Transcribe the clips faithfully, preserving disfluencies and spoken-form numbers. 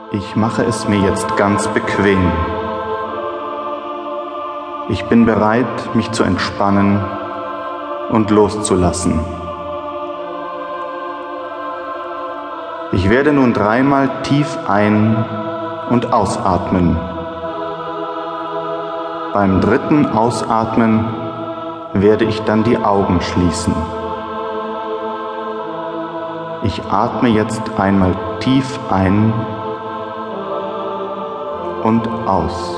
Ich mache es mir jetzt ganz bequem. Ich bin bereit, mich zu entspannen und loszulassen. Ich werde nun dreimal tief ein- und ausatmen. Beim dritten Ausatmen werde ich dann die Augen schließen. Ich atme jetzt einmal tief ein und aus.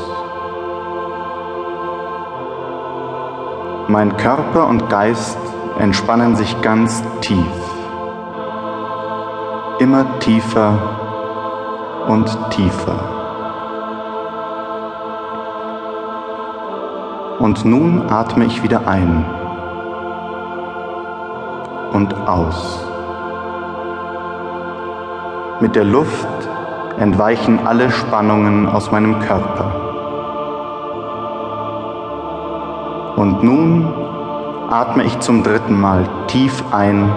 Mein Körper und Geist entspannen sich ganz tief. Immer tiefer und tiefer. Und nun atme ich wieder ein und aus. Mit der Luft entweichen alle Spannungen aus meinem Körper. Und nun atme ich zum dritten Mal tief ein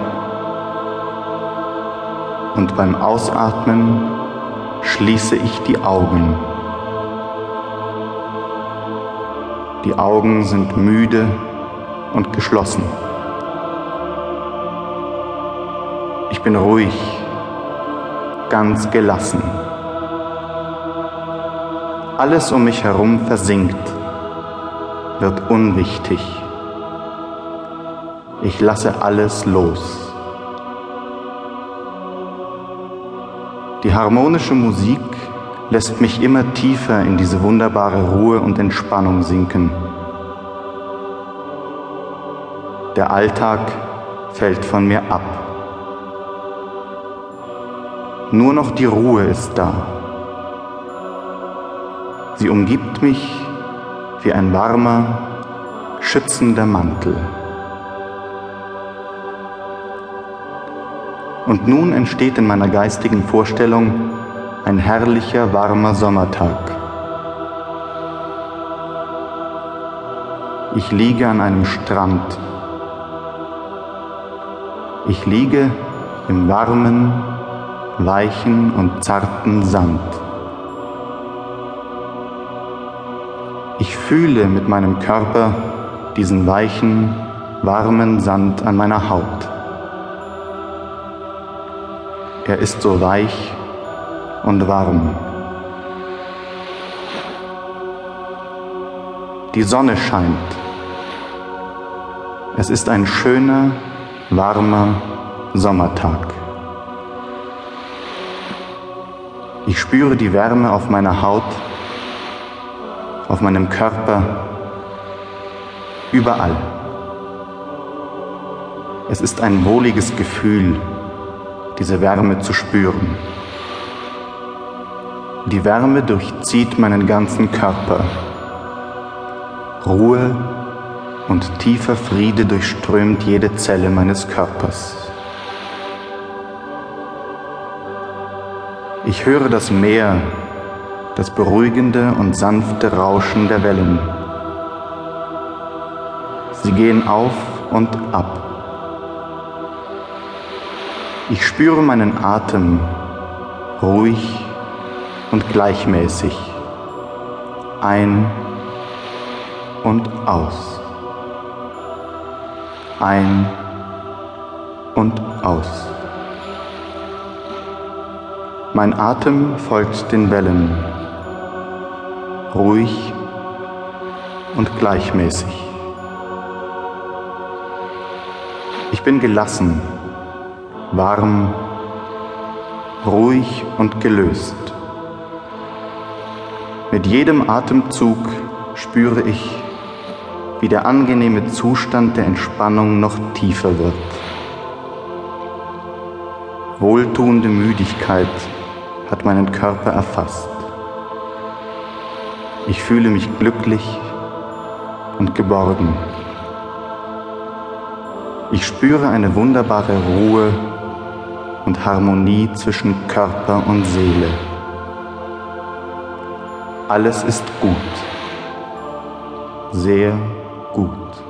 und beim Ausatmen schließe ich die Augen. Die Augen sind müde und geschlossen. Ich bin ruhig, ganz gelassen. Alles um mich herum versinkt, wird unwichtig. Ich lasse alles los. Die harmonische Musik lässt mich immer tiefer in diese wunderbare Ruhe und Entspannung sinken. Der Alltag fällt von mir ab. Nur noch die Ruhe ist da. Sie umgibt mich wie ein warmer, schützender Mantel. Und nun entsteht in meiner geistigen Vorstellung ein herrlicher, warmer Sommertag. Ich liege an einem Strand. Ich liege im warmen, weichen und zarten Sand. Ich fühle mit meinem Körper diesen weichen, warmen Sand an meiner Haut. Er ist so weich und warm. Die Sonne scheint. Es ist ein schöner, warmer Sommertag. Ich spüre die Wärme auf meiner Haut, auf meinem Körper, überall. Es ist ein wohliges Gefühl, diese Wärme zu spüren. Die Wärme durchzieht meinen ganzen Körper. Ruhe und tiefer Friede durchströmt jede Zelle meines Körpers. Ich höre das Meer, das beruhigende und sanfte Rauschen der Wellen. Sie gehen auf und ab. Ich spüre meinen Atem, ruhig und gleichmäßig, ein und aus, ein und aus. Mein Atem folgt den Wellen, ruhig und gleichmäßig. Ich bin gelassen, warm, ruhig und gelöst. Mit jedem Atemzug spüre ich, wie der angenehme Zustand der Entspannung noch tiefer wird. Wohltuende Müdigkeit hat meinen Körper erfasst. Ich fühle mich glücklich und geborgen. Ich spüre eine wunderbare Ruhe und Harmonie zwischen Körper und Seele. Alles ist gut, sehr gut.